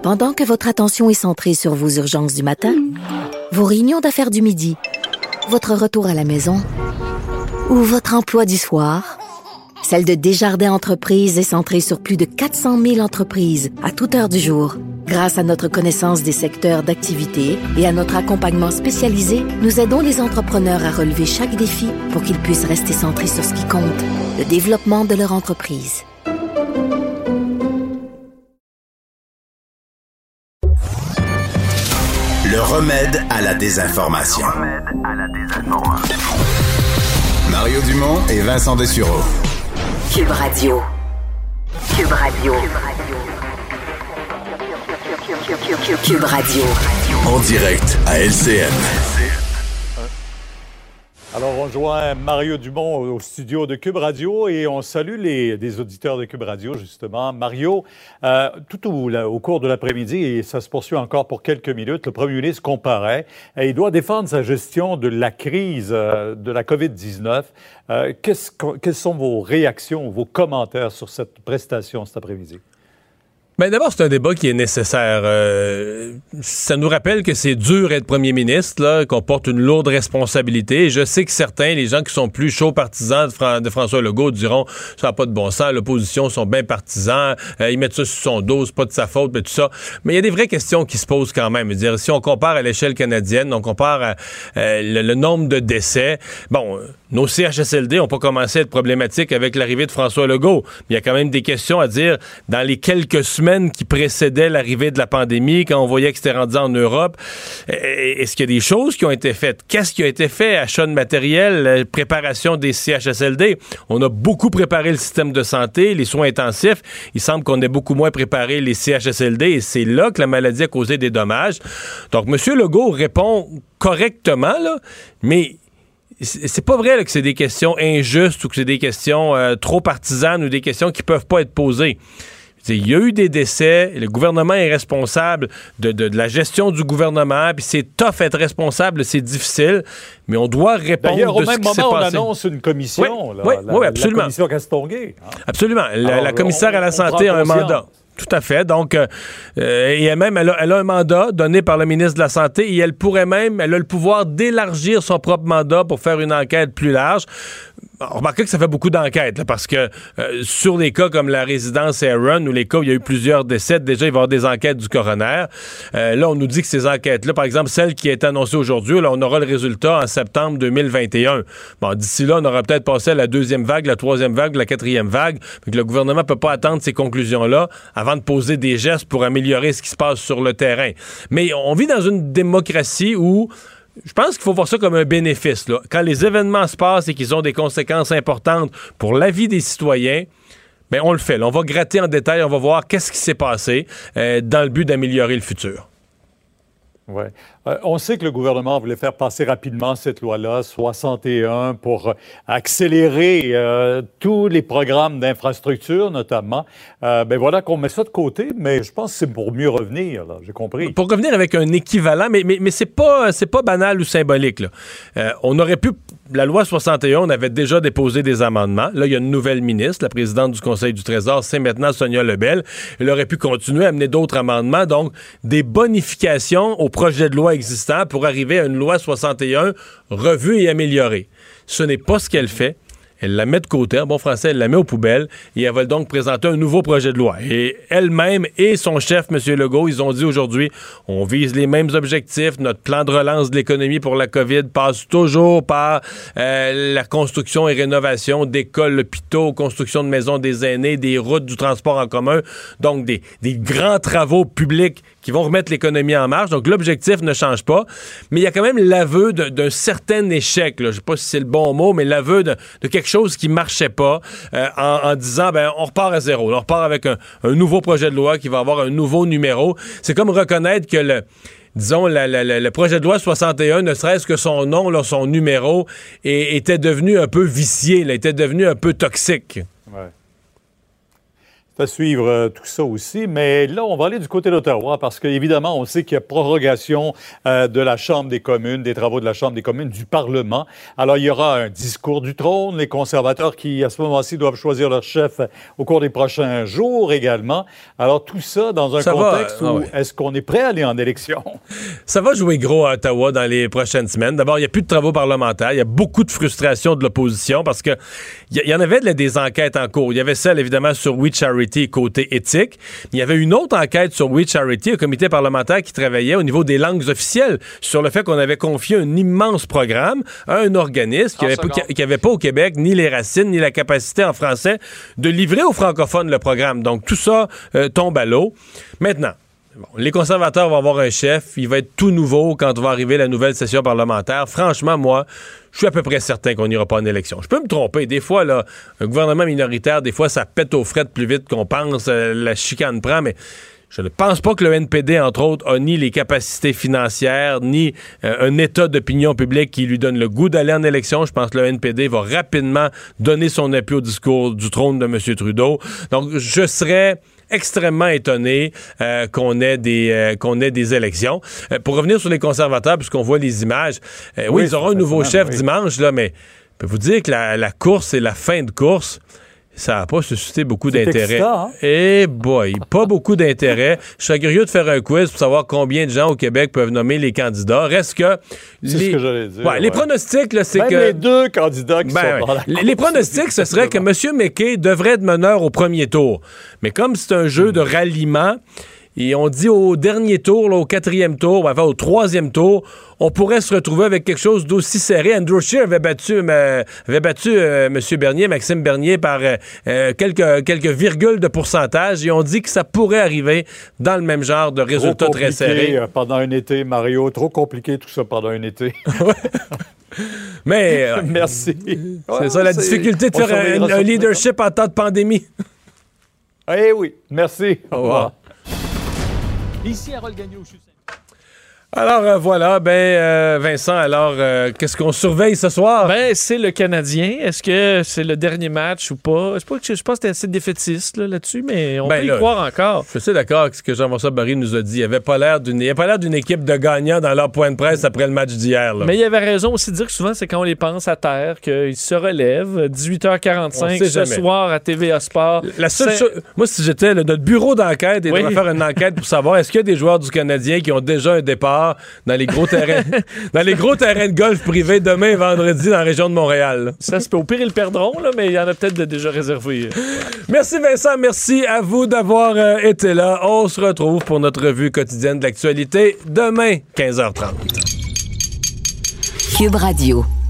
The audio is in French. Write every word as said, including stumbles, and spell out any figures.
Pendant que votre attention est centrée sur vos urgences du matin, vos réunions d'affaires du midi, votre retour à la maison ou votre emploi du soir, celle de Desjardins Entreprises est centrée sur plus de quatre cent mille entreprises à toute heure du jour. Grâce à notre connaissance des secteurs d'activité et à notre accompagnement spécialisé, nous aidons les entrepreneurs à relever chaque défi pour qu'ils puissent rester centrés sur ce qui compte, le développement de leur entreprise. Le remède à la désinformation. Le remède à la désinformation. Mario Dumont et Vincent Dessureau. Cube Radio. Cube Radio. Cube Radio. En direct à L C N. Alors, on joint Mario Dumont au studio de Cube Radio et on salue les, des auditeurs de Cube Radio, justement. Mario, euh, tout au, là, au cours de l'après-midi, et ça se poursuit encore pour quelques minutes, le premier ministre comparaît et il doit défendre sa gestion de la crise euh, de la covid dix-neuf. Euh, qu'est-ce, quelles sont vos réactions, vos commentaires sur cette prestation cet après-midi? Bien, d'abord, c'est un débat qui est nécessaire. Euh, ça nous rappelle que c'est dur d'être premier ministre, là, qu'on porte une lourde responsabilité. Et je sais que certains, les gens qui sont plus chauds partisans de, Fran- de François Legault diront « ça n'a pas de bon sens, l'opposition sont bien partisans, euh, ils mettent ça sur son dos, c'est pas de sa faute, mais tout ça ». Mais il y a des vraies questions qui se posent quand même. Je veux dire, si on compare à l'échelle canadienne, on compare à, euh, le, le nombre de décès, bon, euh, nos C H S L D n'ont pas commencé à être problématiques avec l'arrivée de François Legault. Mais il y a quand même des questions à dire dans les quelques semaines qui précédaient l'arrivée de la pandémie, quand on voyait que c'était rendu en Europe. Est-ce qu'il y a des choses qui ont été faites? Qu'est-ce qui a été fait? Achat de matériel, préparation des C H S L D. On a beaucoup préparé le système de santé, les soins intensifs. Il semble qu'on ait beaucoup moins préparé les C H S L D et c'est là que la maladie a causé des dommages. Donc, M. Legault répond correctement, là, mais c'est pas vrai là, que c'est des questions injustes ou que c'est des questions euh, trop partisanes ou des questions qui peuvent pas être posées. Il y a eu des décès, le gouvernement est responsable de, de, de la gestion du gouvernement, puis c'est tough être responsable, c'est difficile, mais on doit répondre D'ailleurs, de ce qui s'est passé. au même moment, on annonce une commission, oui, là, oui, la, oui, absolument. la commission Castonguay. Hein? Absolument. La, Alors, la commissaire on, à la santé a un mandat. Tout à fait. Donc, euh, et elle même, elle a, elle a un mandat donné par le ministre de la Santé et elle pourrait même, elle a le pouvoir d'élargir son propre mandat pour faire une enquête plus large. Remarquez que ça fait beaucoup d'enquêtes, là, parce que euh, sur les cas comme la résidence Aaron ou les cas où il y a eu plusieurs décès, déjà, il va y avoir des enquêtes du coroner. Euh, là, on nous dit que ces enquêtes-là, par exemple, celle qui est annoncée aujourd'hui, là, on aura le résultat en septembre deux mille vingt et un. Bon, d'ici là, on aura peut-être passé à la deuxième vague, la troisième vague, la quatrième vague. Donc, le gouvernement ne peut pas attendre ces conclusions-là avant de poser des gestes pour améliorer ce qui se passe sur le terrain. Mais on vit dans une démocratie où je pense qu'il faut voir ça comme un bénéfice, là. Quand les événements se passent et qu'ils ont des conséquences importantes pour la vie des citoyens, bien, on le fait. Là, on va gratter en détail, on va voir qu'est-ce qui s'est passé euh, dans le but d'améliorer le futur. Oui. Euh, on sait que le gouvernement voulait faire passer rapidement cette loi-là, soixante et un, pour euh, accélérer euh, tous les programmes d'infrastructure, notamment. Euh, ben voilà qu'on met ça de côté, mais je pense que c'est pour mieux revenir, là, j'ai compris. Pour revenir avec un équivalent, mais, mais, mais c'est pas, c'est pas banal ou symbolique, là. Euh, on aurait pu... La loi soixante et un, on avait déjà déposé des amendements. Là, il y a une nouvelle ministre, la présidente du Conseil du Trésor, c'est maintenant Sonia Lebel. Elle aurait pu continuer à amener d'autres amendements, donc des bonifications au projet de loi existant pour arriver à une loi soixante et un revue et améliorée. Ce n'est pas ce qu'elle fait. Elle la met de côté, en bon français, elle la met aux poubelles et elle va donc présenter un nouveau projet de loi. Et elle-même et son chef, M. Legault, ils ont dit aujourd'hui, on vise les mêmes objectifs. Notre plan de relance de l'économie pour la COVID passe toujours par euh, la construction et rénovation d'écoles, d'hôpitaux, construction de maisons des aînés, des routes, du transport en commun. Donc, des, des grands travaux publics qui vont remettre l'économie en marche. Donc, l'objectif ne change pas. Mais il y a quand même l'aveu de, d'un certain échec, là. Je ne sais pas si c'est le bon mot, mais l'aveu de, de quelque chose qui ne marchait pas euh, en, en disant, ben, on repart à zéro. On repart avec un, un nouveau projet de loi qui va avoir un nouveau numéro. C'est comme reconnaître que le... Disons, la, la, la, le projet de loi soixante et un, ne serait-ce que son nom, là, son numéro, et, était devenu un peu vicié, là, était devenu un peu toxique. Ouais. C'est à suivre euh, tout ça aussi. Mais là, on va aller du côté d'Ottawa parce qu'évidemment, on sait qu'il y a prorogation euh, de la Chambre des communes, des travaux de la Chambre des communes, du Parlement. Alors, il y aura un discours du trône, les conservateurs qui, à ce moment-ci, doivent choisir leur chef au cours des prochains jours également. Alors, tout ça dans un ça contexte va, où ah ouais. est-ce qu'on est prêt à aller en élection? Ça va jouer gros à Ottawa dans les prochaines semaines. D'abord, il n'y a plus de travaux parlementaires. Il y a beaucoup de frustration de l'opposition parce que il y, y en avait là, des enquêtes en cours. Il y avait celle, évidemment, sur We Charity côté éthique. Il y avait une autre enquête sur We Charity, un comité parlementaire qui travaillait au niveau des langues officielles sur le fait qu'on avait confié un immense programme à un organisme qui n'avait avait pas au Québec ni les racines ni la capacité en français de livrer aux francophones le programme. Donc, tout ça euh, tombe à l'eau. Maintenant, bon, les conservateurs vont avoir un chef. Il va être tout nouveau quand va arriver la nouvelle session parlementaire. Franchement, moi, je suis à peu près certain qu'on n'ira pas en élection. Je peux me tromper. Des fois, là, un gouvernement minoritaire, des fois, ça pète aux frettes plus vite qu'on pense. Euh, la chicane prend, mais je ne pense pas que le N P D, entre autres, a ni les capacités financières, ni euh, un état d'opinion publique qui lui donne le goût d'aller en élection. Je pense que le N P D va rapidement donner son appui au discours du trône de M. Trudeau. Donc, je serais extrêmement étonné euh, qu'on ait des euh, qu'on ait des élections. Euh, pour revenir sur les conservateurs, puisqu'on voit les images, euh, oui, oui, ils auront un nouveau chef oui. dimanche, là, mais je peux vous dire que la, la course et la fin de course, ça n'a pas suscité beaucoup c'est d'intérêt. Hein? Eh boy, pas beaucoup d'intérêt. Je serais curieux de faire un quiz pour savoir combien de gens au Québec peuvent nommer les candidats. Reste que... C'est les... ce que j'allais dire. Ouais, ouais. Les pronostics, là, c'est Même que... les deux candidats qui ben, sont ouais. dans la Les, course, les pronostics, ce serait que M. McKay devrait être meneur au premier tour. Mais comme c'est un jeu mmh. de ralliement... Et on dit au dernier tour, là, au quatrième tour, enfin au troisième tour, on pourrait se retrouver avec quelque chose d'aussi serré. Andrew Scheer avait battu, euh, avait battu euh, M. Bernier, Maxime Bernier, par euh, quelques, quelques virgules de pourcentage. Et on dit que ça pourrait arriver dans le même genre de résultats très serrés. Euh, pendant un été, Mario. Trop compliqué tout ça pendant un été. Mais... Euh, Merci. C'est ouais, ça la c'est... difficulté de on faire un, un leadership en temps de pandémie. Eh oui. Merci. Au revoir. Ici Harold Gagnon. Alors euh, voilà, ben euh, Vincent, alors euh, qu'est-ce qu'on surveille ce soir? Ben c'est le Canadien. Est-ce que c'est le dernier match ou pas? Je pense que je pense que t'es assez défaitiste là, là-dessus, mais on ben, peut y là, croire encore. Je suis d'accord avec ce que Jean-François Barry nous a dit. Il avait pas l'air d'une, il avait pas l'air d'une équipe de gagnants dans leur point de presse après le match d'hier. Là. Mais il avait raison aussi de dire que souvent c'est quand on les pense à terre qu'ils se relèvent. dix-huit heures quarante-cinq ce jamais. Soir à T V A Sport. La seule chose, moi si j'étais là, notre bureau d'enquête, il oui. devrait faire une enquête pour savoir est-ce qu'il y a des joueurs du Canadien qui ont déjà un départ dans les gros terrains dans les gros terrains de golf privés demain et vendredi dans la région de Montréal. Là. Ça se peut. Au pire, ils le perdront, là, mais il y en a peut-être de déjà réservés. Merci Vincent, merci à vous d'avoir euh, été là. On se retrouve pour notre revue quotidienne de l'actualité demain, quinze heures trente. Cube Radio.